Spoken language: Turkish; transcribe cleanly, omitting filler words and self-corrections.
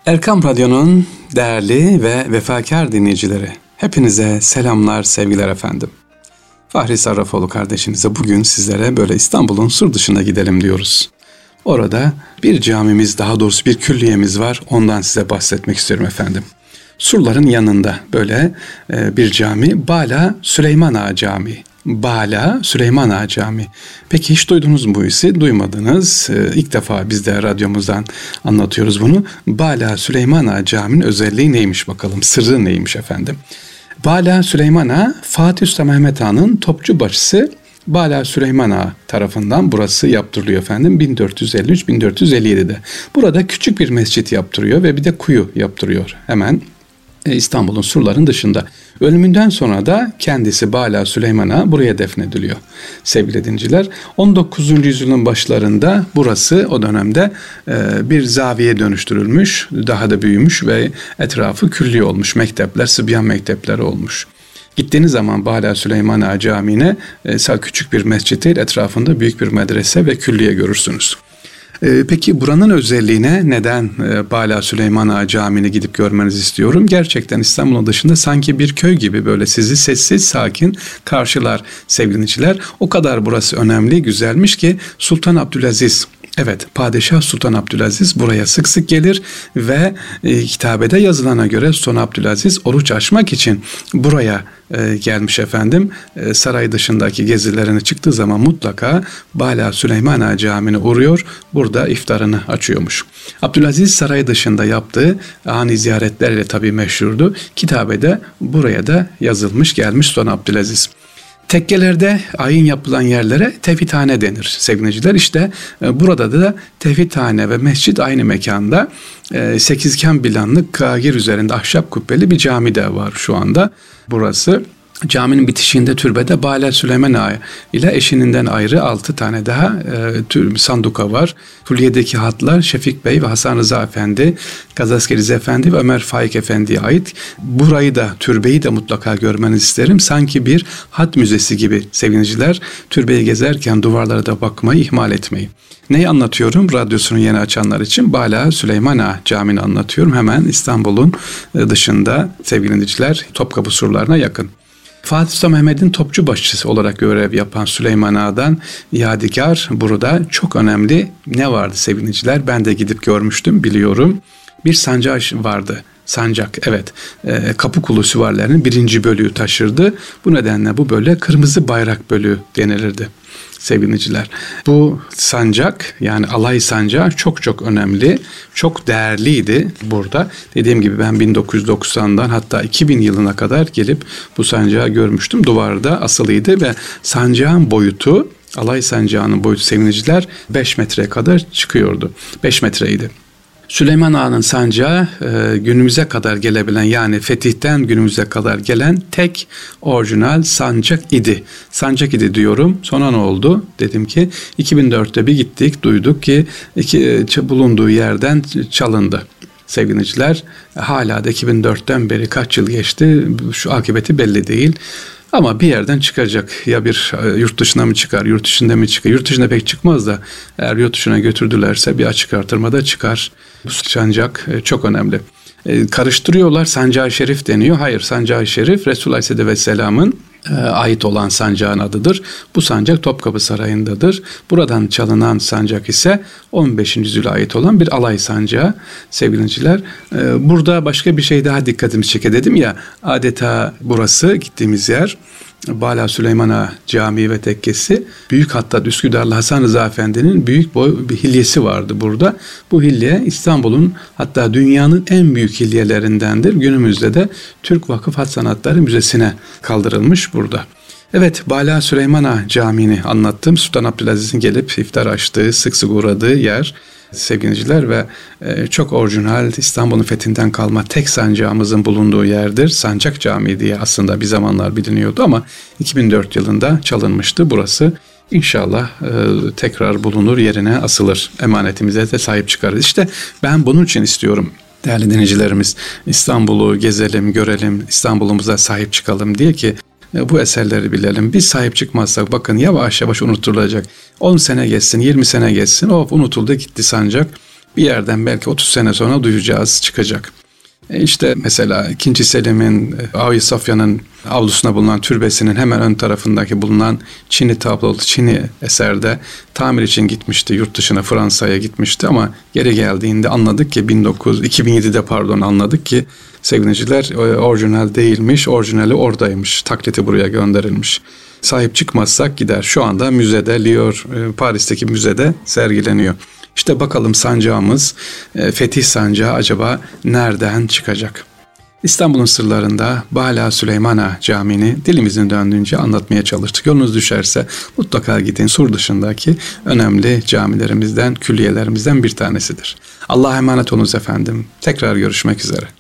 Erkam Radyo'nun değerli ve vefakar dinleyicileri, hepinize selamlar, sevgiler efendim. Fahri Sarrafoğlu kardeşinize bugün sizlere böyle İstanbul'un sur dışına gidelim diyoruz. Orada bir camimiz, daha doğrusu bir külliyemiz var, ondan size bahsetmek istiyorum efendim. Surların yanında böyle bir cami, Bala Süleyman Ağa Camii. Bala Süleyman Ağa Camii. Peki hiç duydunuz mu bu ismi? Duymadınız. İlk defa biz de radyomuzdan anlatıyoruz bunu. Bala Süleyman Ağa Camii'nin özelliği neymiş bakalım? Sırrı neymiş efendim? Bala Süleyman Ağa, Fatih Sultan Mehmet Han'ın topçubaşısı Bala Süleyman Ağa tarafından burası yaptırılıyor efendim 1453-1457'de. Burada küçük bir mescit yaptırıyor ve bir de kuyu yaptırıyor hemen İstanbul'un surların dışında. Ölümünden sonra da kendisi Bala Süleyman Ağa buraya defnediliyor sevgili dinciler. 19. yüzyılın başlarında burası o dönemde bir zaviye dönüştürülmüş, daha da büyümüş ve etrafı külliye olmuş, mektepler, Sıbyan mektepleri olmuş. Gittiğiniz zaman Bala Süleyman Ağa Camii'ne küçük bir mescit değil, etrafında büyük bir medrese ve külliye görürsünüz. Peki buranın özelliğine neden Bala Süleyman Ağa Camii'ni gidip görmenizi istiyorum? Gerçekten İstanbul'un dışında sanki bir köy gibi böyle sizi sessiz sakin karşılar sevgili dinleyiciler. O kadar burası önemli, güzelmiş ki Sultan Abdülaziz, evet, Padişah Sultan Abdülaziz buraya sık sık gelir ve kitabede yazılana göre Sultan Abdülaziz oruç açmak için buraya gelmiş efendim. Saray dışındaki gezilerine çıktığı zaman mutlaka Bala Süleyman Ağa Camii'ne uğruyor. Burada iftarını açıyormuş. Abdülaziz saray dışında yaptığı ani ziyaretlerle tabii meşhurdu. Kitabede buraya da yazılmış gelmiş Sultan Abdülaziz. Tekkelerde ayin yapılan yerlere tevhidhane denir sevgiliciler. İşte burada da tevhidhane ve mescid aynı mekanda, sekizgen planlı kagir üzerinde ahşap kubbeli bir cami de var şu anda burası. Caminin bitişiğinde türbede Bala Süleyman Ağa ile eşininden ayrı 6 tane daha sanduka var. Kulliyedeki hatlar Şefik Bey ve Hasan Rıza Efendi, Gazaskeri Rize Efendi ve Ömer Faik Efendi'ye ait. Burayı da, türbeyi de mutlaka görmenizi isterim. Sanki bir hat müzesi gibi sevgiliciler. Türbeyi gezerken duvarlara da bakmayı ihmal etmeyin. Neyi anlatıyorum? Radyosunu yeni açanlar için Bala Süleyman Ağa Camii'ni anlatıyorum. Hemen İstanbul'un dışında sevgili dinleyiciler, Topkapı surlarına yakın. Fatih Sultan Mehmet'in topçubaşısı olarak görev yapan Süleyman Ağa'dan yadigar burada çok önemli ne vardı sevgili dinleyiciler? Ben de gidip görmüştüm, biliyorum. Bir sancağı vardı. Sancak, evet, Kapıkulu süvarilerinin 1. bölüğü taşırdı. Bu nedenle bu böyle kırmızı bayrak bölüğü denilirdi sevgili dinleyiciler. Bu sancak, yani alay sancağı çok çok önemli, çok değerliydi burada. Dediğim gibi ben 1990'dan hatta 2000 yılına kadar gelip bu sancağı görmüştüm. Duvarda asılıydı ve sancağın boyutu, alay sancağının boyutu sevgili dinleyiciler 5 metreye kadar çıkıyordu. 5 metreydi. Süleyman Ağa'nın sancağı günümüze kadar gelebilen, yani fetihten günümüze kadar gelen tek orijinal sancak idi. Sancak idi diyorum. Sonra ne oldu? Dedim ki 2004'te bir gittik, duyduk ki bulunduğu yerden çalındı. Sevgili dinleyiciler, hala da 2004'ten beri kaç yıl geçti, şu akıbeti belli değil. Ama bir yerden çıkacak. Ya bir yurt dışına mı çıkar, yurt içinde mi çıkar? Yurt dışında pek çıkmaz da eğer yurt dışına götürdülerse bir açık artırmada çıkar. Bu sancak çok önemli. Karıştırıyorlar, Sancağı Şerif deniyor. Hayır, Sancağı Şerif Resulullah Aleyhisselatü Vesselam'ın ait olan sancağın adıdır. Bu sancak Topkapı Sarayı'ndadır. Buradan çalınan sancak ise 15. yüzyıla ait olan bir alay sancağı sevgili dinleyiciler. Burada başka bir şey daha dikkatimi çekiyor, dedim ya, adeta burası gittiğimiz yer Bala Süleyman Ağa Camii ve tekkesi. Büyük Hattat Üsküdarlı Hasan Rıza Efendi'nin büyük boy bir hilyesi vardı burada. Bu hilye İstanbul'un, hatta dünyanın en büyük hilyelerindendir. Günümüzde de Türk Vakıf Hat Sanatları Müzesi'ne kaldırılmış burada. Evet, Bala Süleyman Ağa Camii'ni anlattım. Sultan Abdülaziz'in gelip iftar açtığı, sık sık uğradığı yer sevgili dinleyiciler ve çok orijinal, İstanbul'un fethinden kalma tek sancağımızın bulunduğu yerdir. Sancak Camii diye aslında bir zamanlar biliniyordu ama 2004 yılında çalınmıştı burası. İnşallah tekrar bulunur, yerine asılır. Emanetimize de sahip çıkarız. İşte ben bunun için istiyorum değerli dinleyicilerimiz, İstanbul'u gezelim, görelim, İstanbul'umuza sahip çıkalım diye ki bu eserleri bilelim. Biz sahip çıkmazsak bakın yavaş yavaş unutulacak. 10 sene geçsin, 20 sene geçsin, unutuldu gitti sancak. bir yerden belki 30 sene sonra duyacağız, çıkacak. İşte mesela 2. Selim'in Hagia Sophia'nın avlusuna bulunan türbesinin hemen ön tarafındaki bulunan Çin'i tablolu Çin'i eserde tamir için gitmişti. Yurt dışına, Fransa'ya gitmişti ama geri geldiğinde anladık ki 2007'de anladık ki sevgiliciler orijinal değilmiş, orijinali oradaymış. Taklidi buraya gönderilmiş. Sahip çıkmazsak gider. Şu anda müzede, Paris'teki müzede sergileniyor. İşte bakalım sancağımız, Fetih Sancağı acaba nereden çıkacak? İstanbul'un sırlarında Bala Süleymana Camii'ni dilimizin döndüğünce anlatmaya çalıştık. Yolunuz düşerse mutlaka gidin. Sur dışındaki önemli camilerimizden, külliyelerimizden bir tanesidir. Allah'a emanet olunuz efendim. Tekrar görüşmek üzere.